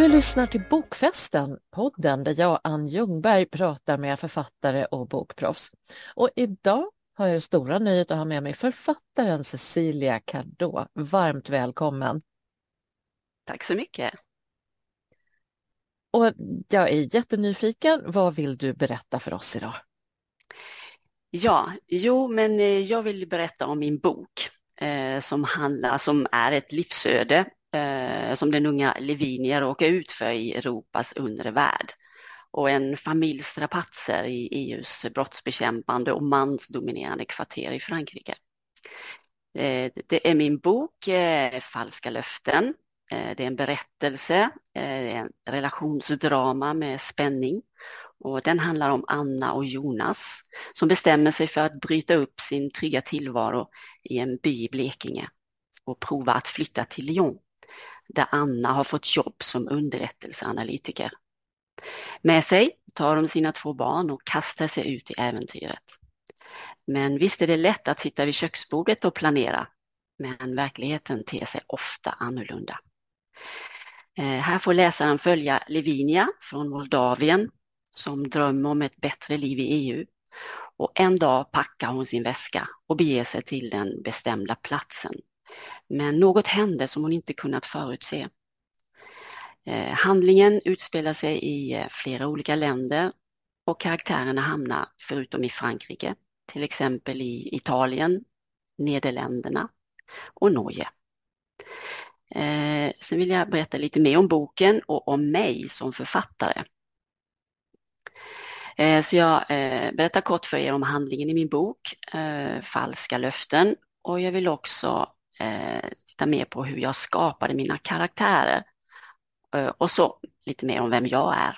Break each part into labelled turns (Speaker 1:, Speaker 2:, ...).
Speaker 1: Du lyssnar till Bokfesten, podden där jag, Ann Ljungberg, pratar med författare och bokproffs. Och idag har jag det stora nöjet att ha med mig författaren Cecilia Cardot. Varmt välkommen!
Speaker 2: Tack så mycket.
Speaker 1: Och jag är jättenyfiken. Vad vill du berätta för oss idag?
Speaker 2: Jag vill berätta om min bok som är ett livsöde som den unga Lavinia råkar ut för i Europas undre värld och en familjs strapatser i EUs brottsbekämpande och mansdominerande kvarter i Frankrike. Det är min bok Falska löften. Det är en berättelse, en relationsdrama med spänning. Och den handlar om Anna och Jonas som bestämmer sig för att bryta upp sin trygga tillvaro i en by i Blekinge och prova att flytta till Lyon, där Anna har fått jobb som underrättelseanalytiker. Med sig tar de sina 2 barn och kastar sig ut i äventyret. Men visst är det lätt att sitta vid köksbordet och planera, men verkligheten ter sig ofta annorlunda. Här får läsaren följa Lavinia från Moldavien som drömmer om ett bättre liv i EU, och en dag packar hon sin väska och beger sig till den bestämda platsen. Men något händer som hon inte kunnat förutse. Handlingen utspelar sig i flera olika länder och karaktärerna hamnar, förutom i Frankrike, till exempel i Italien, Nederländerna och Norge. Sen vill jag berätta lite mer om boken och om mig som författare. Så jag berättar kort för er om handlingen i min bok, Falska löften, och jag vill också titta mer på hur jag skapade mina karaktärer och så lite mer om vem jag är.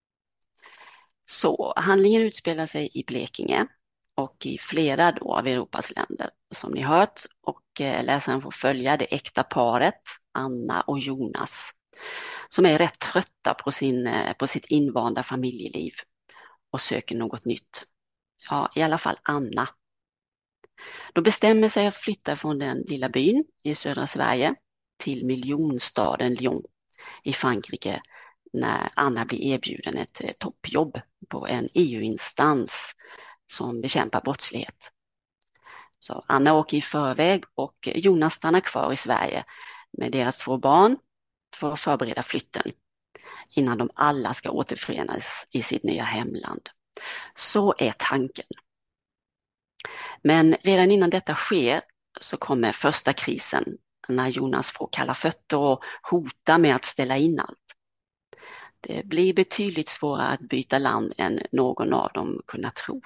Speaker 2: Så handlingen utspelar sig i Blekinge och i flera av Europas länder, som ni hört, och läsaren får följa det äkta paret Anna och Jonas som är rätt trötta på sitt invanda familjeliv och söker något nytt. Ja, i alla fall Anna. De bestämmer sig att flytta från den lilla byn i södra Sverige till miljonstaden Lyon i Frankrike när Anna blir erbjuden ett toppjobb på en EU-instans som bekämpar brottslighet. Så Anna åker i förväg och Jonas stannar kvar i Sverige med deras 2 barn för att förbereda flytten innan de alla ska återförenas i sitt nya hemland. Så är tanken. Men redan innan detta sker så kommer första krisen när Jonas får kalla fötter och hotar med att ställa in allt. Det blir betydligt svårare att byta land än någon av dem kunnat tro.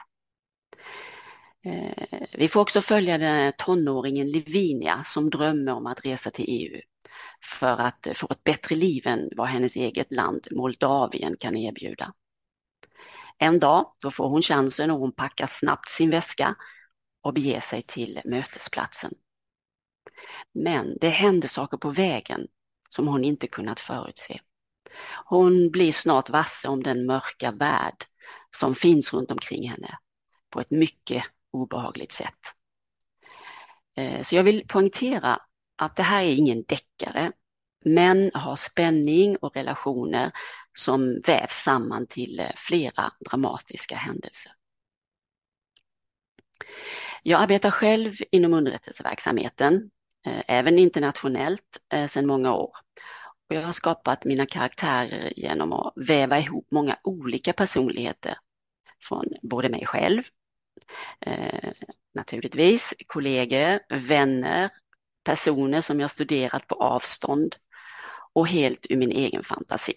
Speaker 2: Vi får också följa den tonåringen Lavinia som drömmer om att resa till EU för att få ett bättre liv än vad hennes eget land Moldavien kan erbjuda. En dag då får hon chansen och hon packar snabbt sin väska och beger sig till mötesplatsen. Men det händer saker på vägen som hon inte kunnat förutse. Hon blir snart varse om den mörka värld som finns runt omkring henne på ett mycket obehagligt sätt. Så jag vill poängtera att det här är ingen deckare, men har spänning och relationer som vävs samman till flera dramatiska händelser. Jag arbetar själv inom underrättelseverksamheten, även internationellt sedan många år. Och jag har skapat mina karaktärer genom att väva ihop många olika personligheter från både mig själv, naturligtvis, kollegor, vänner, personer som jag studerat på avstånd och helt ur min egen fantasi.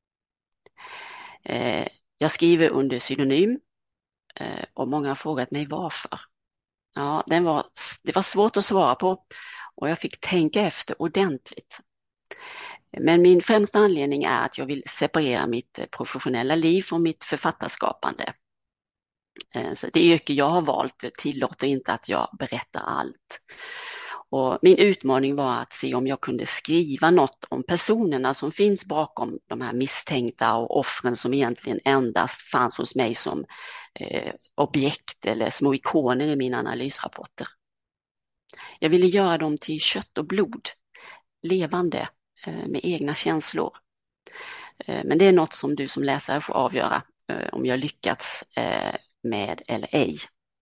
Speaker 2: Jag skriver under pseudonym och många har frågat mig varför. Ja, det var svårt att svara på och jag fick tänka efter ordentligt. Men min främsta anledning är att jag vill separera mitt professionella liv från mitt författarskapande. Så det yrke jag har valt tillåter inte att jag berättar allt. Och min utmaning var att se om jag kunde skriva något om personerna som finns bakom de här misstänkta och offren som egentligen endast fanns hos mig som objekt eller små ikoner i mina analysrapporter. Jag ville göra dem till kött och blod, levande med egna känslor Men det är något som du som läsare får avgöra om jag lyckats med eller ej.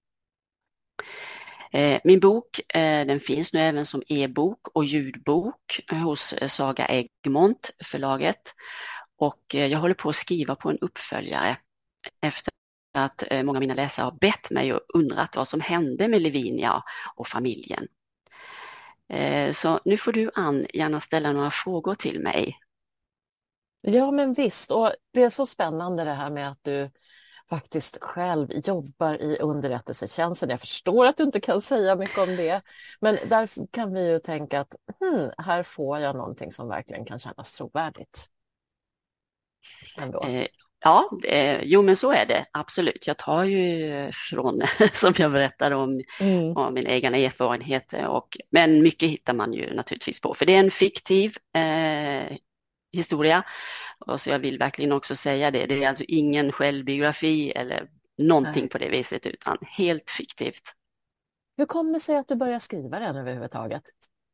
Speaker 2: Min bok den finns nu även som e-bok och ljudbok hos Saga Egmont förlaget. Och jag håller på att skriva på en uppföljare efter att många av mina läsare har bett mig och undrat vad som hände med Lavinia och familjen. Så nu får du, Ann, gärna ställa några frågor till mig.
Speaker 1: Ja, men visst. Och det är så spännande det här med att du faktiskt själv jobbar i underrättelsetjänsten. Jag förstår att du inte kan säga mycket om det, men där kan vi ju tänka att här får jag någonting som verkligen kan kännas trovärdigt. Ändå.
Speaker 2: Ja, jo men så är det absolut. Jag tar ju från, som jag berättade om min egen erfarenhet. Men mycket hittar man ju naturligtvis på, för det är en fiktiv historia. Och så jag vill verkligen också säga det. Det är alltså ingen självbiografi eller någonting på det viset, utan helt fiktivt.
Speaker 1: Hur kommer det sig att du börjar skriva den överhuvudtaget?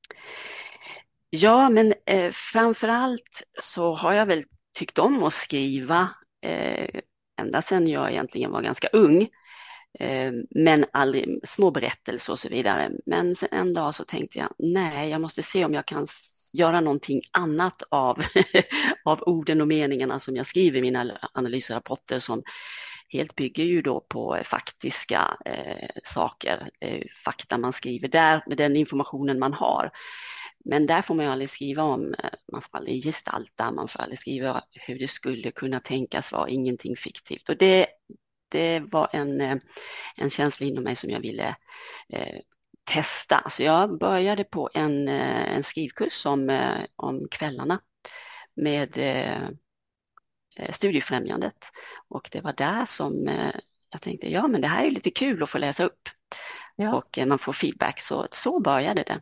Speaker 2: Ja, men framförallt så har jag väl tyckt om att skriva ända sedan jag egentligen var ganska ung. Men aldrig små berättelser och så vidare. Men sen en dag så tänkte jag, nej, jag måste se om jag kan göra någonting annat av, av orden och meningarna som jag skriver i mina analysrapporter, som helt bygger ju då på faktiska saker, fakta man skriver där med den informationen man har. Men där får man ju aldrig skriva om, man får aldrig gestalta, man får aldrig skriva hur det skulle kunna tänkas vara, ingenting fiktivt. Och det var en känsla inom mig som jag ville testa. Så jag började på en skrivkurs om kvällarna med Studiefrämjandet. Och det var där som jag tänkte, ja men det här är lite kul att få läsa upp. Ja. Och man får feedback, så började det.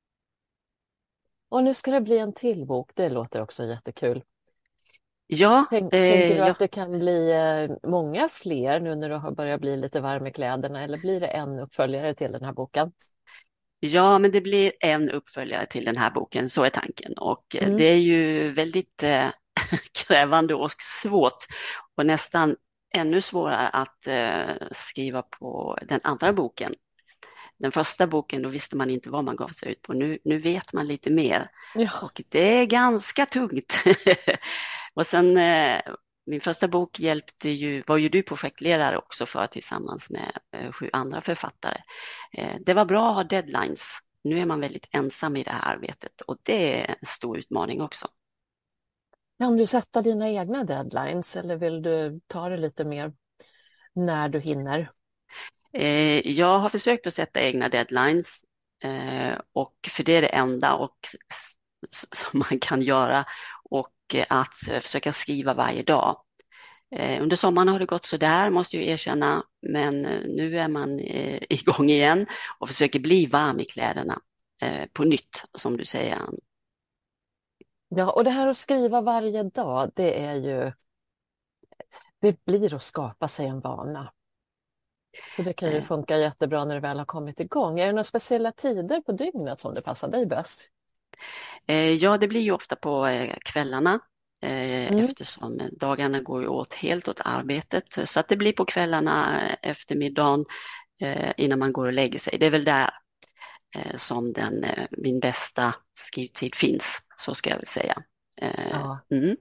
Speaker 1: Och nu ska det bli en till bok, det låter också jättekul.
Speaker 2: Ja,
Speaker 1: tänker du att det kan bli många fler nu när du har börjat bli lite varm i kläderna, eller blir det en uppföljare till den här boken?
Speaker 2: Ja, men det blir en uppföljare till den här boken, så är tanken. Och det är ju väldigt krävande och svårt, och nästan ännu svårare att skriva på den andra boken. Den första boken, då visste man inte vad man gav sig ut på. Nu vet man lite mer. Ja. Och det är ganska tungt. Och sen min första bok var ju du projektledare också för, tillsammans med 7 andra författare. Det var bra att ha deadlines. Nu är man väldigt ensam i det här arbetet, och det är en stor utmaning också.
Speaker 1: Kan du sätta dina egna deadlines, eller vill du ta det lite mer när du hinner?
Speaker 2: Jag har försökt att sätta egna deadlines, och för det är det enda som man kan göra, och att försöka skriva varje dag. Under sommaren har det gått så där, måste jag erkänna, men nu är man igång igen och försöker bli varm i kläderna på nytt, som du säger.
Speaker 1: Ja, och det här att skriva varje dag, det blir att skapa sig en vana. Så det kan ju funka jättebra när det väl har kommit igång. Är det några speciella tider på dygnet som det passar dig bäst?
Speaker 2: Ja, det blir ju ofta på kvällarna, eftersom dagarna går ju helt åt arbetet. Så att det blir på kvällarna, eftermiddagen, innan man går och lägger sig. Det är väl där som min bästa skrivtid finns, så ska jag väl säga.
Speaker 1: Ja.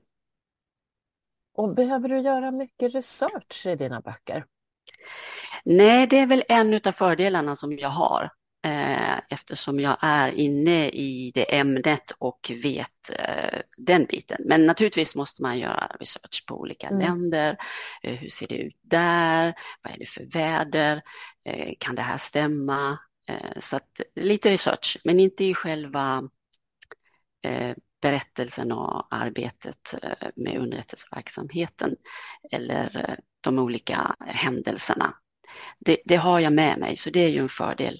Speaker 1: Och behöver du göra mycket research i dina böcker?
Speaker 2: Nej, det är väl en av fördelarna som jag har, eftersom jag är inne i det ämnet och vet den biten. Men naturligtvis måste man göra research på olika länder. Hur ser det ut där? Vad är det för väder? Kan det här stämma? Så att lite research, men inte i själva berättelsen och arbetet med underrättelseverksamheten eller de olika händelserna. Det har jag med mig, så det är ju en fördel.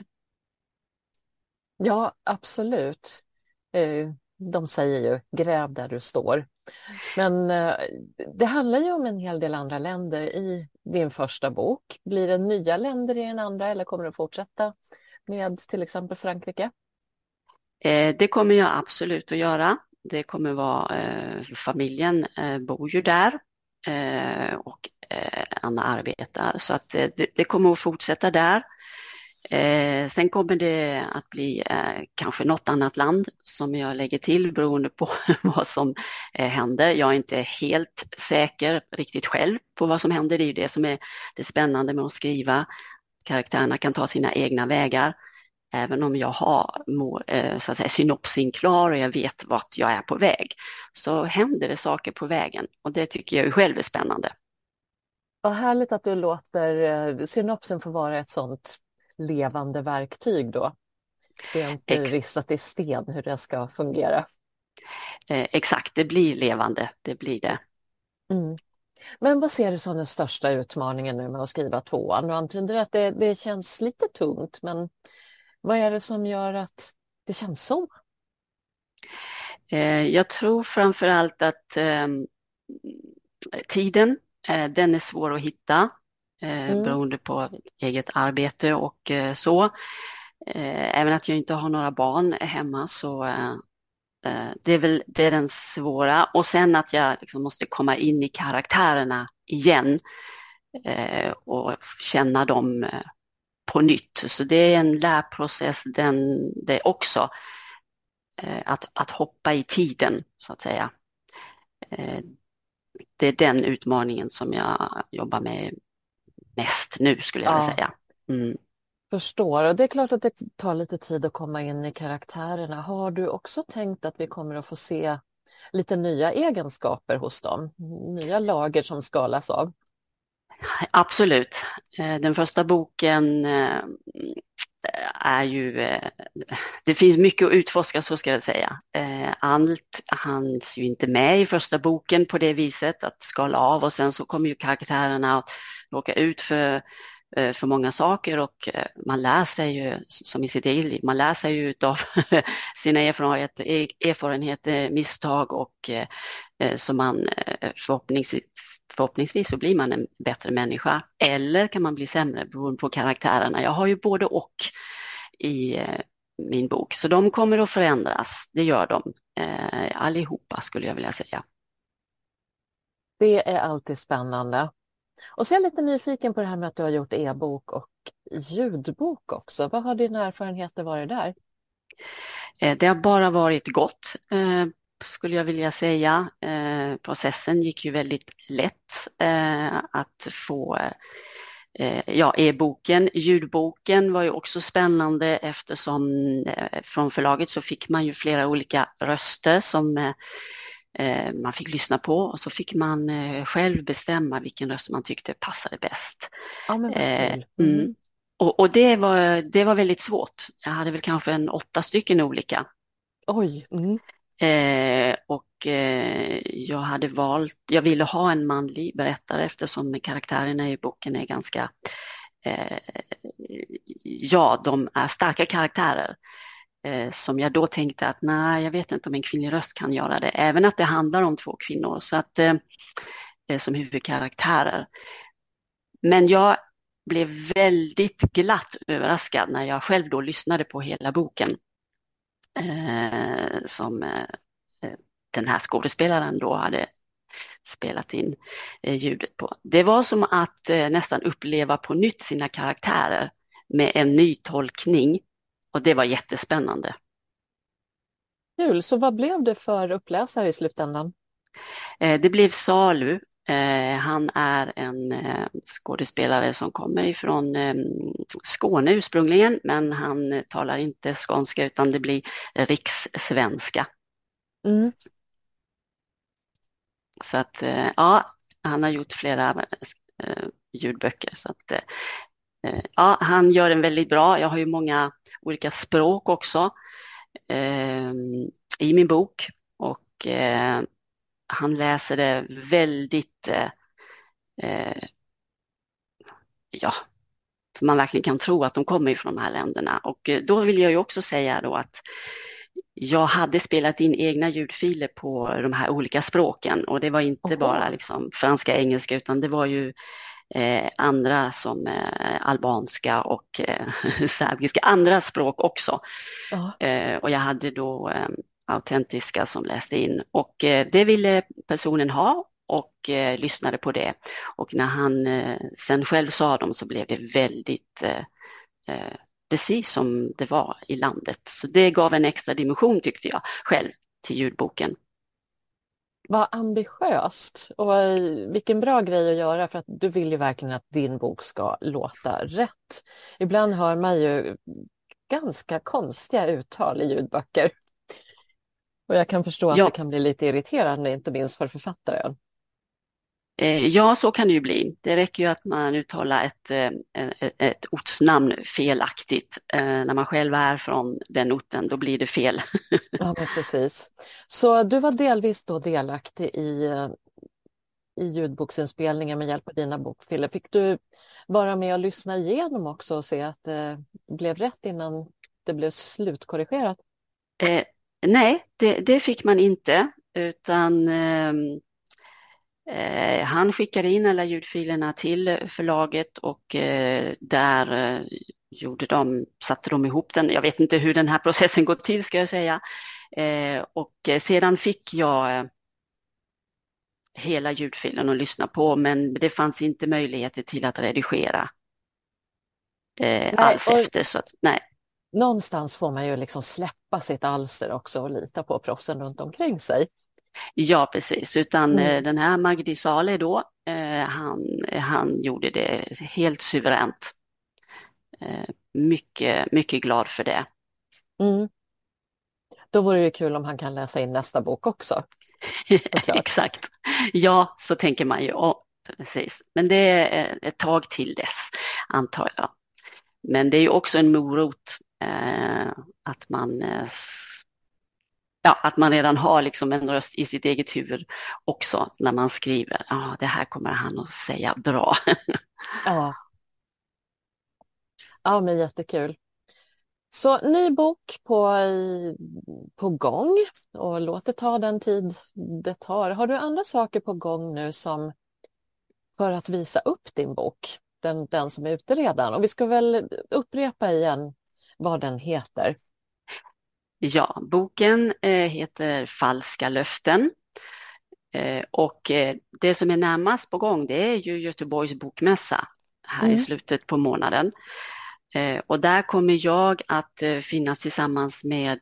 Speaker 1: Ja, absolut. De säger ju, gräv där du står. Men det handlar ju om en hel del andra länder i din första bok. Blir det nya länder i den andra, eller kommer du fortsätta med till exempel Frankrike?
Speaker 2: Det kommer jag absolut att göra. Det kommer vara, familjen bor ju där och Anna arbetar, så att det kommer att fortsätta där. Sen kommer det att bli kanske något annat land som jag lägger till beroende på vad som händer. Jag är inte helt säker riktigt själv på vad som händer. Det är ju det som är det spännande med att skriva. Karaktärerna kan ta sina egna vägar. Även om jag har så att säga, synopsin klar och jag vet vart jag är på väg, så händer det saker på vägen och det tycker jag själv är spännande.
Speaker 1: Vad härligt att du låter synopsen få vara ett sånt levande verktyg då. Det är inte ristat i sten hur det ska fungera.
Speaker 2: Exakt, det blir levande, det blir det.
Speaker 1: Mm. Men vad ser du som den största utmaningen nu med att skriva tvåan? Du antyder att det känns lite tungt, men vad är det som gör att det känns så?
Speaker 2: Jag tror framförallt att tiden, den är svår att hitta beroende på eget arbete och så. Även att jag inte har några barn hemma, så det är den svåra. Och sen att jag liksom måste komma in i karaktärerna igen och känna dem på nytt. Så det är en lärprocess det också. Att hoppa i tiden, så att säga. Det är den utmaningen som jag jobbar med mest nu, skulle jag vilja säga. Mm.
Speaker 1: Förstår, och det är klart att det tar lite tid att komma in i karaktärerna. Har du också tänkt att vi kommer att få se lite nya egenskaper hos dem? Nya lager som skalas av?
Speaker 2: Absolut. Den första boken är ju, det finns mycket att utforska, så ska jag säga. Allt hanns ju inte med i första boken på det viset, att skala av, och sen så kommer ju karaktärerna att råka ut för många saker, och man lär sig ju, som i sitt eget liv, man lär sig ju av sina erfarenheter, misstag, och så man förhoppningsvis så blir man en bättre människa, eller kan man bli sämre beroende på karaktärerna. Jag har ju både och i min bok, så de kommer att förändras, det gör de allihopa, skulle jag vilja säga.
Speaker 1: Det är alltid spännande. Och så är jag lite nyfiken på det här med att du har gjort e-bok och ljudbok också. Vad har dina erfarenheter varit där?
Speaker 2: Det har bara varit gott, skulle jag vilja säga. Processen gick ju väldigt lätt att få. E-boken, ljudboken var ju också spännande, eftersom från förlaget så fick man ju flera olika röster som man fick lyssna på, och så fick man själv bestämma vilken röst man tyckte passade bäst.
Speaker 1: Ja, men
Speaker 2: och det var väldigt svårt. Jag hade väl kanske 8 stycken olika.
Speaker 1: Oj.
Speaker 2: Jag ville ha en manlig berättare, eftersom karaktärerna i boken är ganska, de är starka karaktärer. Som jag då tänkte att nej, jag vet inte om en kvinnlig röst kan göra det. Även att det handlar om 2 kvinnor, så att som huvudkaraktärer. Men jag blev väldigt glatt överraskad när jag själv då lyssnade på hela boken. Som den här skådespelaren då hade spelat in ljudet på. Det var som att nästan uppleva på nytt sina karaktärer med en ny tolkning, och det var jättespännande.
Speaker 1: Kul, så vad blev det för uppläsare i slutändan?
Speaker 2: Det blev Salu. Han är en skådespelare som kommer ifrån Skåne ursprungligen, men han talar inte skånska utan det blir rikssvenska. Så att han har gjort flera ljudböcker, så att han gör den väldigt bra. Jag har ju många olika språk också i min bok, och han läser det väldigt man verkligen kan tro att de kommer ifrån de här länderna. Och då vill jag ju också säga då att jag hade spelat in egna ljudfiler på de här olika språken, och det var inte bara liksom franska, engelska, utan det var ju andra som albanska och serbiska, andra språk också. Och jag hade då autentiska som läste in. Och det ville personen ha och lyssnade på det. Och när han sen själv sa dem så blev det väldigt precis som det var i landet. Så det gav en extra dimension tyckte jag själv till ljudboken.
Speaker 1: Vad ambitiöst och vilken bra grej att göra, för att du vill ju verkligen att din bok ska låta rätt. Ibland hör man ju ganska konstiga uttal i ljudböcker. Och jag kan förstå att
Speaker 2: Ja,
Speaker 1: det kan bli lite irriterande, inte minst för författaren.
Speaker 2: ja, så kan det ju bli. Det räcker ju att man uttalar ett ortsnamn felaktigt. När man själv är från den orten, då blir det fel.
Speaker 1: Ja, men precis. Så du var delvis då delaktig i ljudboksinspelningen med hjälp av dina bokfiller. Fick du vara med och lyssna igenom också och se att det blev rätt innan det blev slutkorrigerat?
Speaker 2: Nej, det fick man inte, utan han skickade in alla ljudfilerna till förlaget och där satte de ihop den. Jag vet inte hur den här processen går till, ska jag säga. Och sedan fick jag hela ljudfilen att lyssna på, men det fanns inte möjligheter till att redigera alls efter. Så att, nej.
Speaker 1: Någonstans får man ju liksom släppa sitt alster också och lita på proffsen runt omkring sig.
Speaker 2: Ja, precis. Utan den här Magdi Saleh då, han gjorde det helt suveränt. Mycket, mycket glad för det.
Speaker 1: Mm. Då vore det kul om han kan läsa in nästa bok också.
Speaker 2: Exakt. Ja, så tänker man ju. Precis. Men det är ett tag till dess, antar jag. Men det är ju också en morot att man redan har liksom en röst i sitt eget huvud också när man skriver. Ja, det här kommer han att säga bra.
Speaker 1: Ja. Ja, men jättekul. Så ny bok på gång, och låt det ta den tid det tar. Har du andra saker på gång nu som för att visa upp din bok, den som är ute redan? Och vi ska väl upprepa igen vad den heter.
Speaker 2: Ja, boken heter Falska löften. Och det som är närmast på gång, det är ju Göteborgs bokmässa här i slutet på månaden. Och där kommer jag att finnas tillsammans med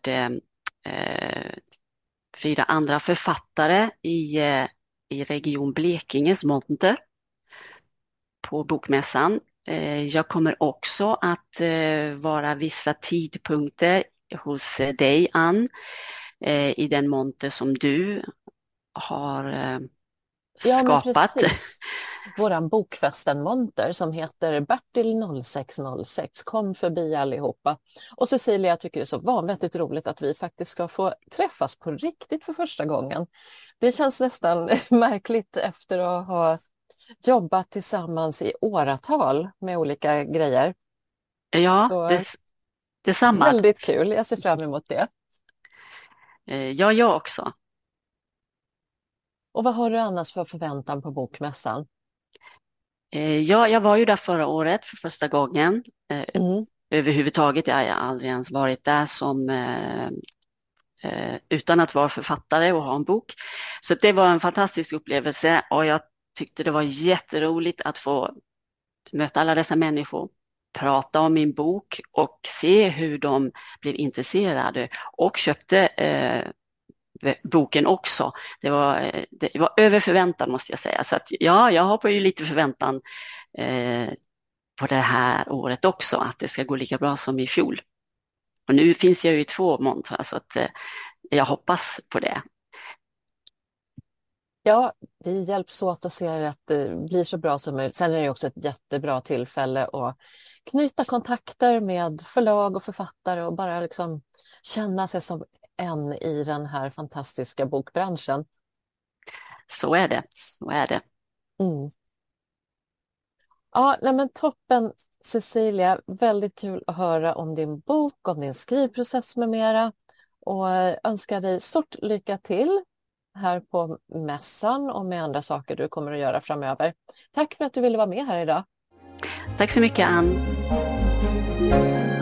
Speaker 2: 4 andra författare i Region Blekinges monter på bokmässan. Jag kommer också att vara vissa tidpunkter hos dig, Ann, i den monter som du har skapat.
Speaker 1: Ja, våran bokfesten-monter som heter Bertil 0606. Kom förbi allihopa. Och Cecilia, jag tycker det är så vanvettigt roligt att vi faktiskt ska få träffas på riktigt för första gången. Det känns nästan märkligt efter att ha jobbat tillsammans i åratal med olika grejer.
Speaker 2: Ja, detsamma.
Speaker 1: Väldigt kul, jag ser fram emot det.
Speaker 2: Ja, jag också.
Speaker 1: Och vad har du annars för förväntan på bokmässan?
Speaker 2: Ja, jag var ju där förra året för första gången. Överhuvudtaget jag har jag aldrig ens varit där utan att vara författare och ha en bok. Så det var en fantastisk upplevelse och jag tyckte det var jätteroligt att få möta alla dessa människor, prata om min bok och se hur de blev intresserade och köpte boken också. Det var över förväntan, måste jag säga. Så att, ja, jag har på ju lite förväntan på det här året också, att det ska gå lika bra som i fjol. Och nu finns jag ju i 2 montrar, så att jag hoppas på det.
Speaker 1: Ja, vi hjälps åt att se att det blir så bra som möjligt. Sen är det också ett jättebra tillfälle att knyta kontakter med förlag och författare och bara liksom känna sig som en i den här fantastiska bokbranschen.
Speaker 2: Så är det, så är det.
Speaker 1: Ja, nej men toppen Cecilia, väldigt kul att höra om din bok, om din skrivprocess med mera, och önskar dig stort lycka till här på mässan och med andra saker du kommer att göra framöver. Tack för att du ville vara med här idag.
Speaker 2: Tack så mycket, Ann.